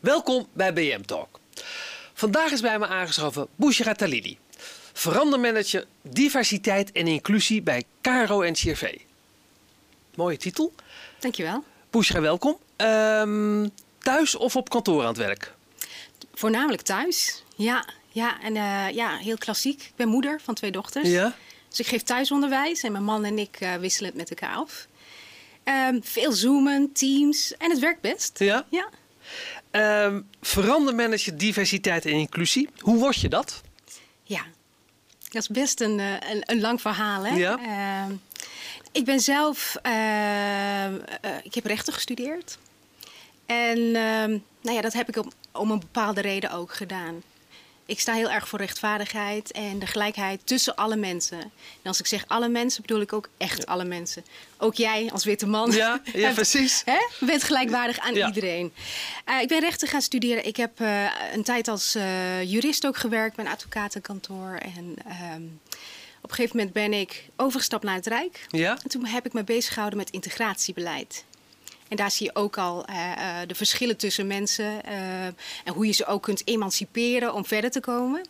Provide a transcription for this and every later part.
Welkom bij BM Talk. Vandaag is bij me aangeschoven Bushra Talili, verandermanager diversiteit en inclusie bij KRO-NCRV. Mooie titel. Dankjewel. Bushra, welkom. Thuis of op kantoor aan het werk? Voornamelijk thuis. Ja, heel klassiek. Ik ben moeder van 2 dochters. Ja. Dus ik geef thuisonderwijs en mijn man en ik wisselen het met elkaar af. Veel zoomen, Teams en het werkt best. Ja? Ja. Verandermanager diversiteit en inclusie. Hoe word je dat? Ja, dat is best een lang verhaal. Hè? Ja. Ik ben zelf... ik heb rechten gestudeerd. En dat heb ik om een bepaalde reden ook gedaan. Ik sta heel erg voor rechtvaardigheid en de gelijkheid tussen alle mensen. En als ik zeg alle mensen, bedoel ik ook echt alle mensen. Ook jij als witte man. Ja, precies. Bent gelijkwaardig aan iedereen. Ik ben rechten gaan studeren. Ik heb een tijd als jurist ook gewerkt bij een advocatenkantoor. En op een gegeven moment ben ik overgestapt naar het Rijk. Ja. En toen heb ik me bezig gehouden met integratiebeleid. En daar zie je ook al de verschillen tussen mensen en hoe je ze ook kunt emanciperen om verder te komen.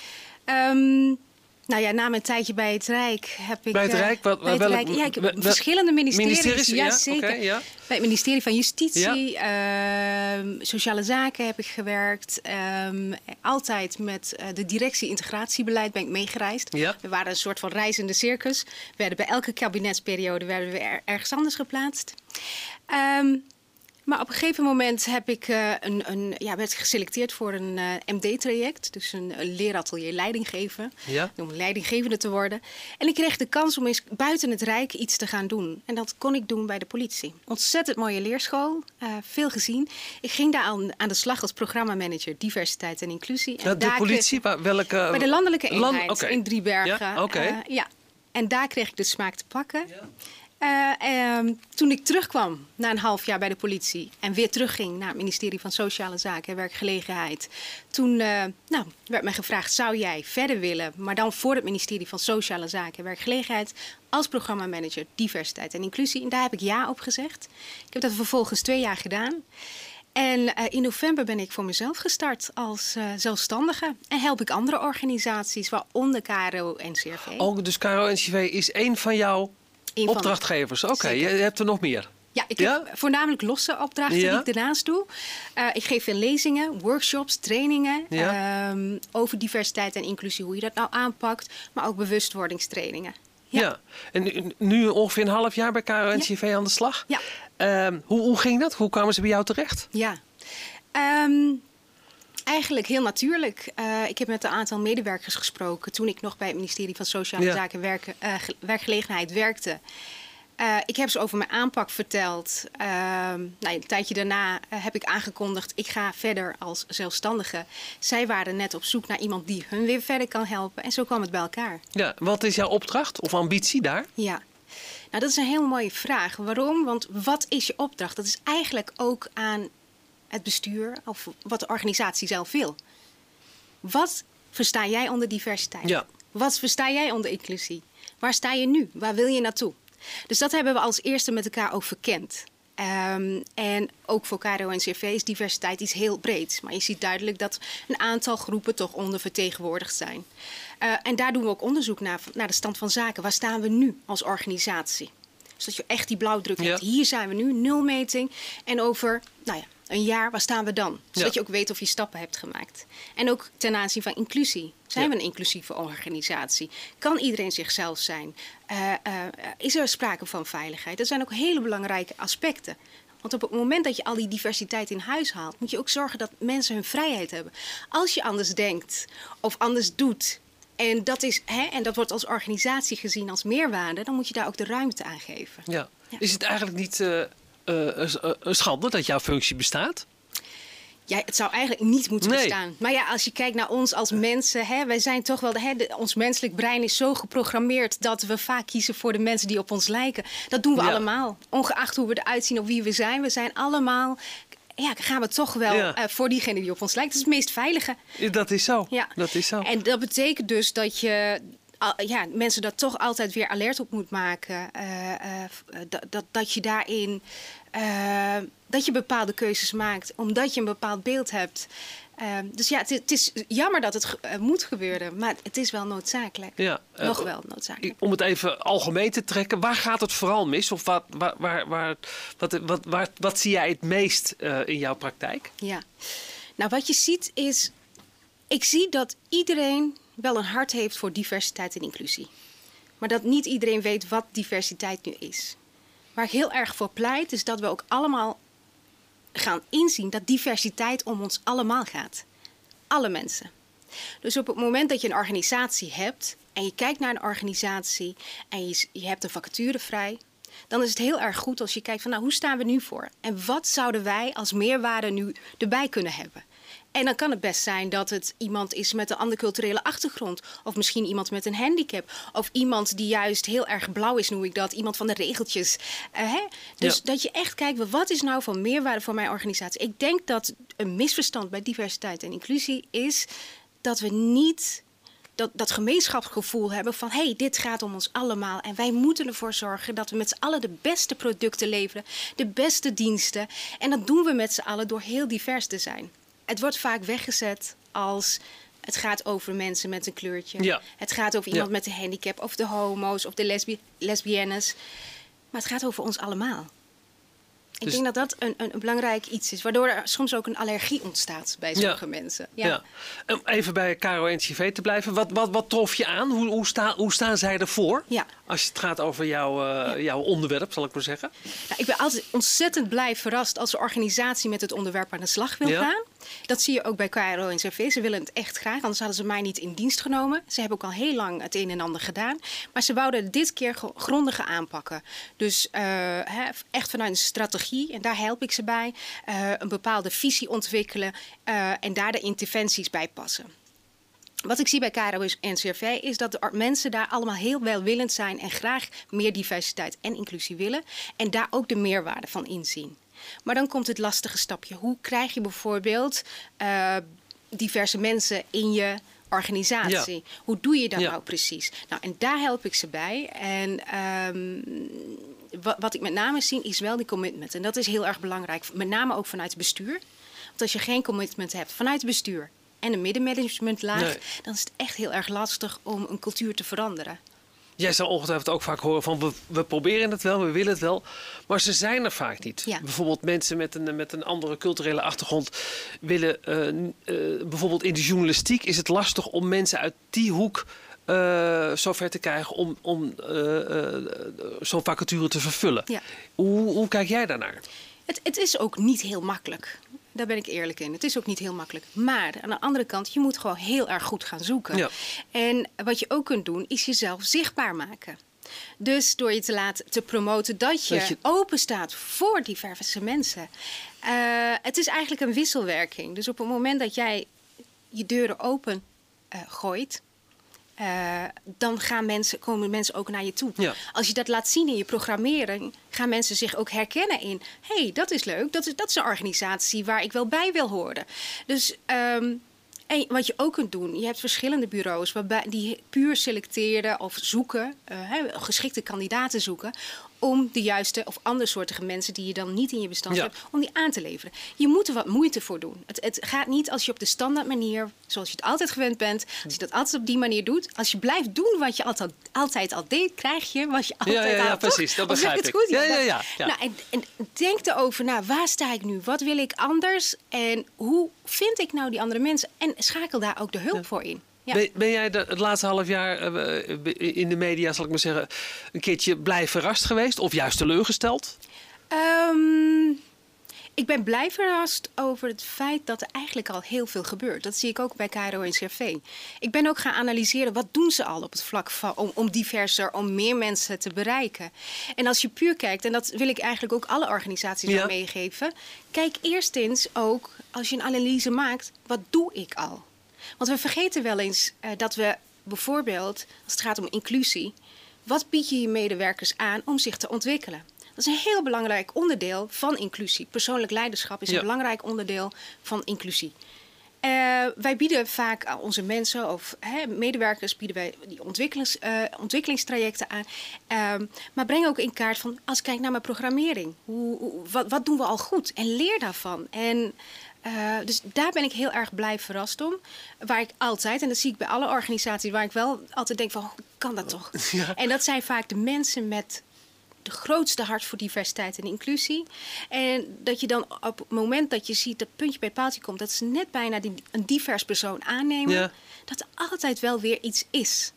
Na mijn tijdje bij het Rijk heb ik... Bij het Rijk? Ik heb verschillende ministeries. Ja, zeker. Okay, ja. Bij het ministerie van Justitie, Sociale Zaken heb ik gewerkt. Altijd met de directie integratiebeleid ben ik meegereisd. Ja. We waren een soort van reizende circus. We werden bij elke kabinetsperiode ergens anders geplaatst. Maar op een gegeven moment heb ik werd geselecteerd voor een MD-traject. Dus een leeratelier leidinggeven. Ja. Om leidinggevende te worden. En ik kreeg de kans om eens buiten het Rijk iets te gaan doen. En dat kon ik doen bij de politie. Ontzettend mooie leerschool. Veel gezien. Ik ging daar aan de slag als programmamanager diversiteit en inclusie. En de politie? Welke? Bij de landelijke eenheid in Driebergen. Ja? Okay. En daar kreeg ik de smaak te pakken. Ja. Toen ik terugkwam na een half jaar bij de politie en weer terugging naar het ministerie van Sociale Zaken en Werkgelegenheid. Toen werd mij gevraagd, zou jij verder willen, maar dan voor het ministerie van Sociale Zaken en Werkgelegenheid als programmamanager diversiteit en inclusie. En daar heb ik ja op gezegd. Ik heb dat vervolgens 2 jaar gedaan. En in november ben ik voor mezelf gestart als zelfstandige. En help ik andere organisaties, waaronder KRO-NCRV. Oh, dus KRO-NCRV is één van jouw opdrachtgevers? Oké, je hebt er nog meer? Ja, ik heb voornamelijk losse opdrachten die ik daarnaast doe. Ik geef veel lezingen, workshops, trainingen over diversiteit en inclusie. Hoe je dat nou aanpakt, maar ook bewustwordingstrainingen. Ja. En nu ongeveer een half jaar bij KRO-NCRV aan de slag? Ja. Hoe ging dat? Hoe kwamen ze bij jou terecht? Ja. Eigenlijk heel natuurlijk. Ik heb met een aantal medewerkers gesproken toen ik nog bij het ministerie van Sociale Zaken en Werkgelegenheid werkte. Ik heb ze over mijn aanpak verteld. Een tijdje daarna heb ik aangekondigd, ik ga verder als zelfstandige. Zij waren net op zoek naar iemand die hun weer verder kan helpen. En zo kwam het bij elkaar. Ja, wat is jouw opdracht of ambitie daar? Ja, nou dat is een heel mooie vraag. Waarom? Want wat is je opdracht? Dat is eigenlijk ook aan het bestuur of wat de organisatie zelf wil. Wat versta jij onder diversiteit? Ja. Wat versta jij onder inclusie? Waar sta je nu? Waar wil je naartoe? Dus dat hebben we als eerste met elkaar ook verkend. En ook voor KRO-NCRV is diversiteit iets heel breeds. Maar je ziet duidelijk dat een aantal groepen toch ondervertegenwoordigd zijn. En daar doen we ook onderzoek naar de stand van zaken. Waar staan we nu als organisatie? Zodat je echt die blauwdruk hebt. Hier zijn we nu, nulmeting. En over een jaar, waar staan we dan? Zodat je ook weet of je stappen hebt gemaakt. En ook ten aanzien van inclusie. Zijn we een inclusieve organisatie? Kan iedereen zichzelf zijn? Is er sprake van veiligheid? Dat zijn ook hele belangrijke aspecten. Want op het moment dat je al die diversiteit in huis haalt, moet je ook zorgen dat mensen hun vrijheid hebben. Als je anders denkt of anders doet, en dat wordt als organisatie gezien als meerwaarde, dan moet je daar ook de ruimte aan geven. Ja. Is het eigenlijk niet een schande dat jouw functie bestaat? Ja, het zou eigenlijk niet moeten bestaan. Maar ja, als je kijkt naar ons als mensen, wij zijn toch wel ons menselijk brein is zo geprogrammeerd dat we vaak kiezen voor de mensen die op ons lijken. Dat doen we allemaal. Ongeacht hoe we eruit zien of wie we zijn. We zijn allemaal, gaan we toch wel voor diegene die op ons lijkt. Dat is het meest veilige. Dat is zo. Ja. Dat is zo. En dat betekent dus dat je mensen dat toch altijd weer alert op moet maken. Dat je daarin dat je bepaalde keuzes maakt, omdat je een bepaald beeld hebt. Dus ja, het is jammer dat het moet gebeuren, maar het is wel noodzakelijk. Ja, Nog wel noodzakelijk. Om het even algemeen te trekken, waar gaat het vooral mis? Of wat zie jij het meest in jouw praktijk? Ja, nou wat je ziet is, ik zie dat iedereen wel een hart heeft voor diversiteit en inclusie. Maar dat niet iedereen weet wat diversiteit nu is. Waar ik heel erg voor pleit, is dat we ook allemaal gaan inzien dat diversiteit om ons allemaal gaat. Alle mensen. Dus op het moment dat je een organisatie hebt en je kijkt naar een organisatie en je hebt een vacature vrij, dan is het heel erg goed als je kijkt van, nou, hoe staan we nu voor? En wat zouden wij als meerwaarde nu erbij kunnen hebben? En dan kan het best zijn dat het iemand is met een andere culturele achtergrond. Of misschien iemand met een handicap. Of iemand die juist heel erg blauw is, noem ik dat. Iemand van de regeltjes. Dus dat je echt kijkt, wat is nou van meerwaarde voor mijn organisatie? Ik denk dat een misverstand bij diversiteit en inclusie is dat we niet dat gemeenschapsgevoel hebben van, hey, dit gaat om ons allemaal. En wij moeten ervoor zorgen dat we met z'n allen de beste producten leveren. De beste diensten. En dat doen we met z'n allen door heel divers te zijn. Het wordt vaak weggezet als het gaat over mensen met een kleurtje. Ja. Het gaat over iemand met een handicap, of de homo's, of de lesbiennes. Maar het gaat over ons allemaal. Ik denk dat dat een belangrijk iets is, waardoor er soms ook een allergie ontstaat bij sommige mensen. Ja. Ja. Even bij KRO-NCRV te blijven. Wat trof je aan? Hoe staan zij ervoor? Ja. Als het gaat over jouw onderwerp, zal ik maar zeggen. Nou, ik ben altijd ontzettend blij verrast als een organisatie met het onderwerp aan de slag wil gaan. Dat zie je ook bij KRO-NCRV. Ze willen het echt graag, anders hadden ze mij niet in dienst genomen. Ze hebben ook al heel lang het een en ander gedaan. Maar ze wouden het dit keer grondiger aanpakken. Dus echt vanuit een strategie, en daar help ik ze bij. Een bepaalde visie ontwikkelen en daar de interventies bij passen. Wat ik zie bij KRO-NCRV is dat de mensen daar allemaal heel welwillend zijn en graag meer diversiteit en inclusie willen. En daar ook de meerwaarde van inzien. Maar dan komt het lastige stapje. Hoe krijg je bijvoorbeeld diverse mensen in je organisatie? Ja. Hoe doe je dat nou precies? Nou, en daar help ik ze bij. En wat ik met name zie is wel die commitment. En dat is heel erg belangrijk. Met name ook vanuit het bestuur. Want als je geen commitment hebt vanuit het bestuur en de middenmanagementlaag, dan is het echt heel erg lastig om een cultuur te veranderen. Jij zal ongetwijfeld ook vaak horen van we proberen het wel, we willen het wel. Maar ze zijn er vaak niet. Ja. Bijvoorbeeld mensen met een andere culturele achtergrond willen... bijvoorbeeld in de journalistiek is het lastig om mensen uit die hoek zover te krijgen om zo'n vacature te vervullen. Ja. Hoe kijk jij daarnaar? Het is ook niet heel makkelijk. Daar ben ik eerlijk in. Het is ook niet heel makkelijk. Maar aan de andere kant, je moet gewoon heel erg goed gaan zoeken. Ja. En wat je ook kunt doen, is jezelf zichtbaar maken. Dus door je te promoten dat je open staat voor diverse mensen. Het is eigenlijk een wisselwerking. Dus op het moment dat jij je deuren open gooit, dan komen mensen ook naar je toe. Ja. Als je dat laat zien in je programmering, gaan mensen zich ook herkennen in, hey, dat is leuk, dat is een organisatie waar ik wel bij wil horen. Dus en wat je ook kunt doen, je hebt verschillende bureaus die puur selecteren of zoeken, geschikte kandidaten zoeken, om de juiste of andersoortige mensen die je dan niet in je bestand hebt, om die aan te leveren. Je moet er wat moeite voor doen. Het gaat niet als je op de standaard manier, zoals je het altijd gewend bent, als je dat altijd op die manier doet. Als je blijft doen wat je altijd al deed, krijg je wat je altijd al had. Ja, precies. Dat begrijp ik. Goed? Ja. Nou, en denk erover, waar sta ik nu? Wat wil ik anders? En hoe vind ik nou die andere mensen? En schakel daar ook de hulp voor in. Ja. Ben jij het laatste half jaar in de media, zal ik maar zeggen, een keertje blij verrast geweest? Of juist teleurgesteld? Ik ben blij verrast over het feit dat er eigenlijk al heel veel gebeurt. Dat zie ik ook bij KRO-NCRV. Ik ben ook gaan analyseren, wat doen ze al op het vlak van om diverser, om meer mensen te bereiken. En als je puur kijkt, en dat wil ik eigenlijk ook alle organisaties wel meegeven. Kijk eerst eens ook, als je een analyse maakt, wat doe ik al? Want we vergeten wel eens dat we bijvoorbeeld, als het gaat om inclusie, wat bied je je medewerkers aan om zich te ontwikkelen? Dat is een heel belangrijk onderdeel van inclusie. Persoonlijk leiderschap is een belangrijk onderdeel van inclusie. Wij bieden vaak aan onze mensen of medewerkers bieden wij die ontwikkelingstrajecten aan. Maar breng ook in kaart van, als ik kijk naar mijn programmering, wat doen we al goed? En leer daarvan. En dus daar ben ik heel erg blij verrast om. Waar ik altijd, en dat zie ik bij alle organisaties, waar ik wel altijd denk van, hoe kan dat toch? Ja. En dat zijn vaak de mensen met de grootste hart voor diversiteit en inclusie. En dat je dan op het moment dat je ziet dat puntje bij het paaltje komt, dat ze net bijna een divers persoon aannemen, dat er altijd wel weer iets is.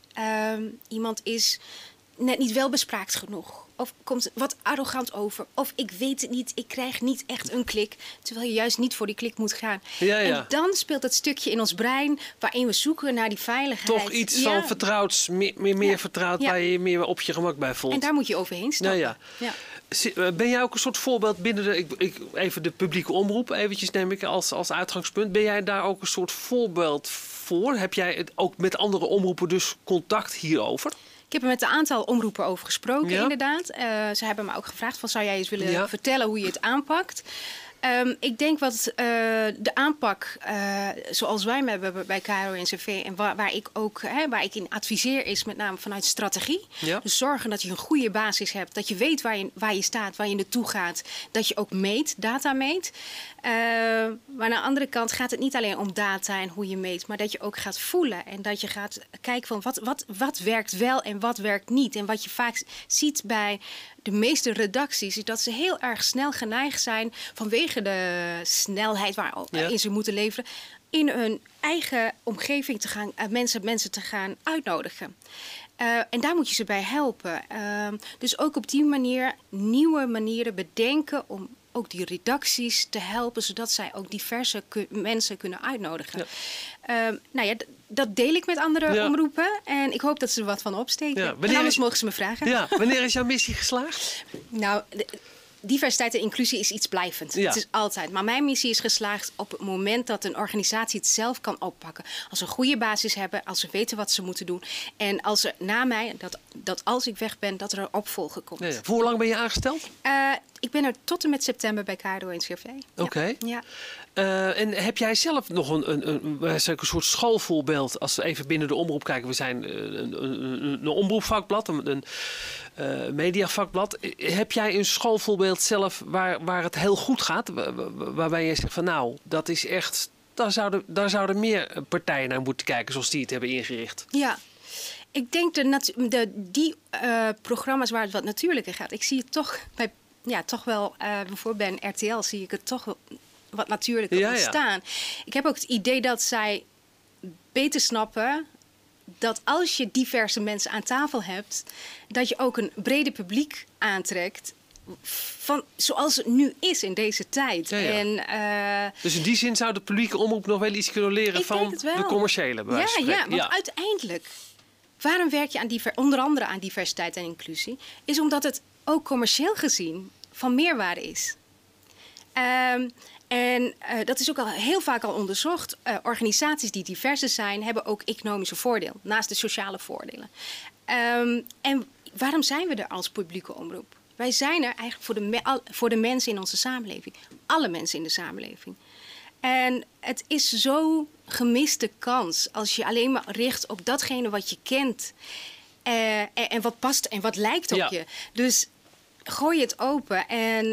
Iemand is net niet welbespraakt genoeg. Of komt wat arrogant over. Of ik weet het niet, ik krijg niet echt een klik. Terwijl je juist niet voor die klik moet gaan. Ja. En dan speelt dat stukje in ons brein waarin we zoeken naar die veiligheid. Toch iets van vertrouwd, meer vertrouwd, waar je je meer op je gemak bij voelt. En daar moet je overheen stappen. Ja. Ben jij ook een soort voorbeeld binnen even de publieke omroep, eventjes neem ik als uitgangspunt. Ben jij daar ook een soort voorbeeld voor? Heb jij het ook met andere omroepen dus contact hierover? Ik heb er met een aantal omroepen over gesproken, inderdaad. Ze hebben me ook gevraagd van, zou jij eens willen vertellen hoe je het aanpakt? Ik denk wat de aanpak zoals wij hem hebben bij KRO-NCV en waar ik ook waar ik in adviseer is met name vanuit strategie. Ja. Dus zorgen dat je een goede basis hebt, dat je weet waar je staat, waar je naartoe gaat, dat je ook data meet. Maar aan de andere kant gaat het niet alleen om data en hoe je meet, maar dat je ook gaat voelen en dat je gaat kijken van wat werkt wel en wat werkt niet. En wat je vaak ziet bij de meeste redacties is dat ze heel erg snel geneigd zijn vanwege de snelheid waarin ze moeten leveren, in hun eigen omgeving te gaan, mensen te gaan uitnodigen. En daar moet je ze bij helpen. Dus ook op die manier nieuwe manieren bedenken om ook die redacties te helpen, zodat zij ook diverse mensen kunnen uitnodigen. Ja. Dat deel ik met andere omroepen en ik hoop dat ze er wat van opsteken. Ja, en anders mogen ze me vragen. Ja, wanneer is jouw missie geslaagd? Nou, diversiteit en inclusie is iets blijvend. Ja. Het is altijd. Maar mijn missie is geslaagd op het moment dat een organisatie het zelf kan oppakken. Als ze een goede basis hebben, als ze weten wat ze moeten doen. En als er na mij, dat als ik weg ben, dat er een opvolger komt. Ja. Voor hoe lang ben je aangesteld? Ik ben er tot en met september bij KRO-NCV. Oké. Ja. En heb jij zelf nog een soort schoolvoorbeeld, als we even binnen de omroep kijken? We zijn een omroepvakblad, een mediavakblad. Heb jij een schoolvoorbeeld zelf waar het heel goed gaat? Waarbij je zegt van nou, dat is echt, daar zouden meer partijen naar moeten kijken zoals die het hebben ingericht. Ja. Ik denk die programma's waar het wat natuurlijker gaat. Ik zie het toch toch wel, bijvoorbeeld bij RTL zie ik het toch wel wat natuurlijker ontstaan. Ik heb ook het idee dat zij beter snappen dat als je diverse mensen aan tafel hebt, dat je ook een breder publiek aantrekt van zoals het nu is in deze tijd. Ja, ja. En, dus in die zin zou de publieke omroep nog wel iets kunnen leren van de commerciële. Want uiteindelijk, waarom werk je onder andere aan diversiteit en inclusie, is omdat het ook commercieel gezien van meerwaarde is. En dat is ook al heel vaak al onderzocht. Organisaties die diverser zijn, hebben ook economische voordeel, naast de sociale voordelen. En waarom zijn we er als publieke omroep? Wij zijn er eigenlijk voor de mensen in onze samenleving. Alle mensen in de samenleving. En het is zo'n gemiste kans als je alleen maar richt op datgene wat je kent. En wat past en wat lijkt op je. Dus gooi het open en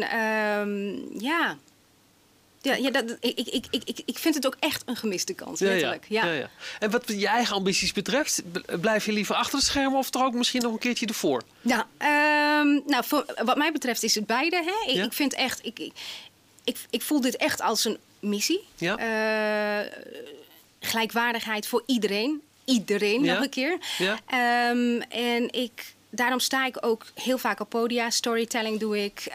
ik vind het ook echt een gemiste kans, letterlijk. Ja. En wat je eigen ambities betreft, blijf je liever achter het scherm of er ook misschien nog een keertje ervoor? Wat mij betreft is het beide. Hè? Ik vind echt, ik voel dit echt als een missie. Ja. Gelijkwaardigheid voor iedereen. Nog een keer. Ja. En daarom sta ik ook heel vaak op podia. Storytelling doe ik.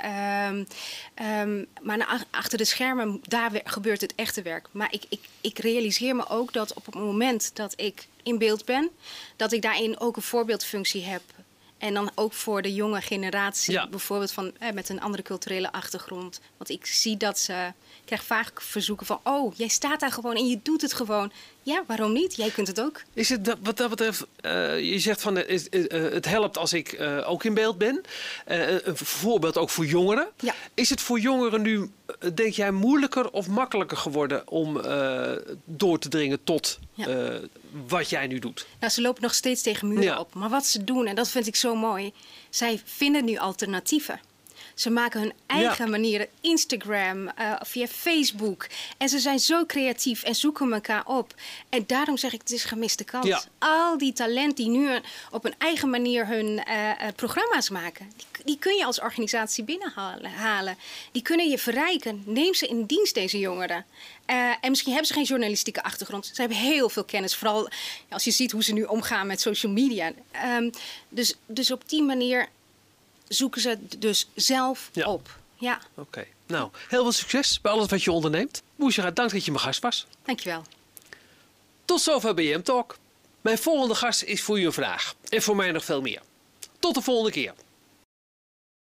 Maar achter de schermen, daar gebeurt het echte werk. Maar ik realiseer me ook dat op het moment dat ik in beeld ben, dat ik daarin ook een voorbeeldfunctie heb. En dan ook voor de jonge generatie, bijvoorbeeld met een andere culturele achtergrond. Want ik zie dat ik krijg vaak verzoeken van, oh, jij staat daar gewoon en je doet het gewoon. Ja, waarom niet? Jij kunt het ook. Is het wat dat betreft, je zegt van het helpt als ik ook in beeld ben. Een voorbeeld ook voor jongeren. Ja. Is het voor jongeren nu, denk jij, moeilijker of makkelijker geworden om door te dringen tot wat jij nu doet? Nou, ze lopen nog steeds tegen muren op. Maar wat ze doen, en dat vind ik zo mooi, zij vinden nu alternatieven. Ze maken hun eigen manieren, Instagram, via Facebook. En ze zijn zo creatief en zoeken elkaar op. En daarom zeg ik, het is gemiste kans. Ja. Al die talent die nu op een eigen manier hun programma's maken, die kun je als organisatie binnenhalen. Die kunnen je verrijken. Neem ze in dienst, deze jongeren. En misschien hebben ze geen journalistieke achtergrond. Ze hebben heel veel kennis. Vooral als je ziet hoe ze nu omgaan met social media. Dus op die manier zoeken ze dus zelf op. Ja. Oké. Nou, heel veel succes bij alles wat je onderneemt. Bouchra, dank dat je mijn gast was. Dankjewel. Tot zover BM Talk. Mijn volgende gast is voor u een vraag. En voor mij nog veel meer. Tot de volgende keer.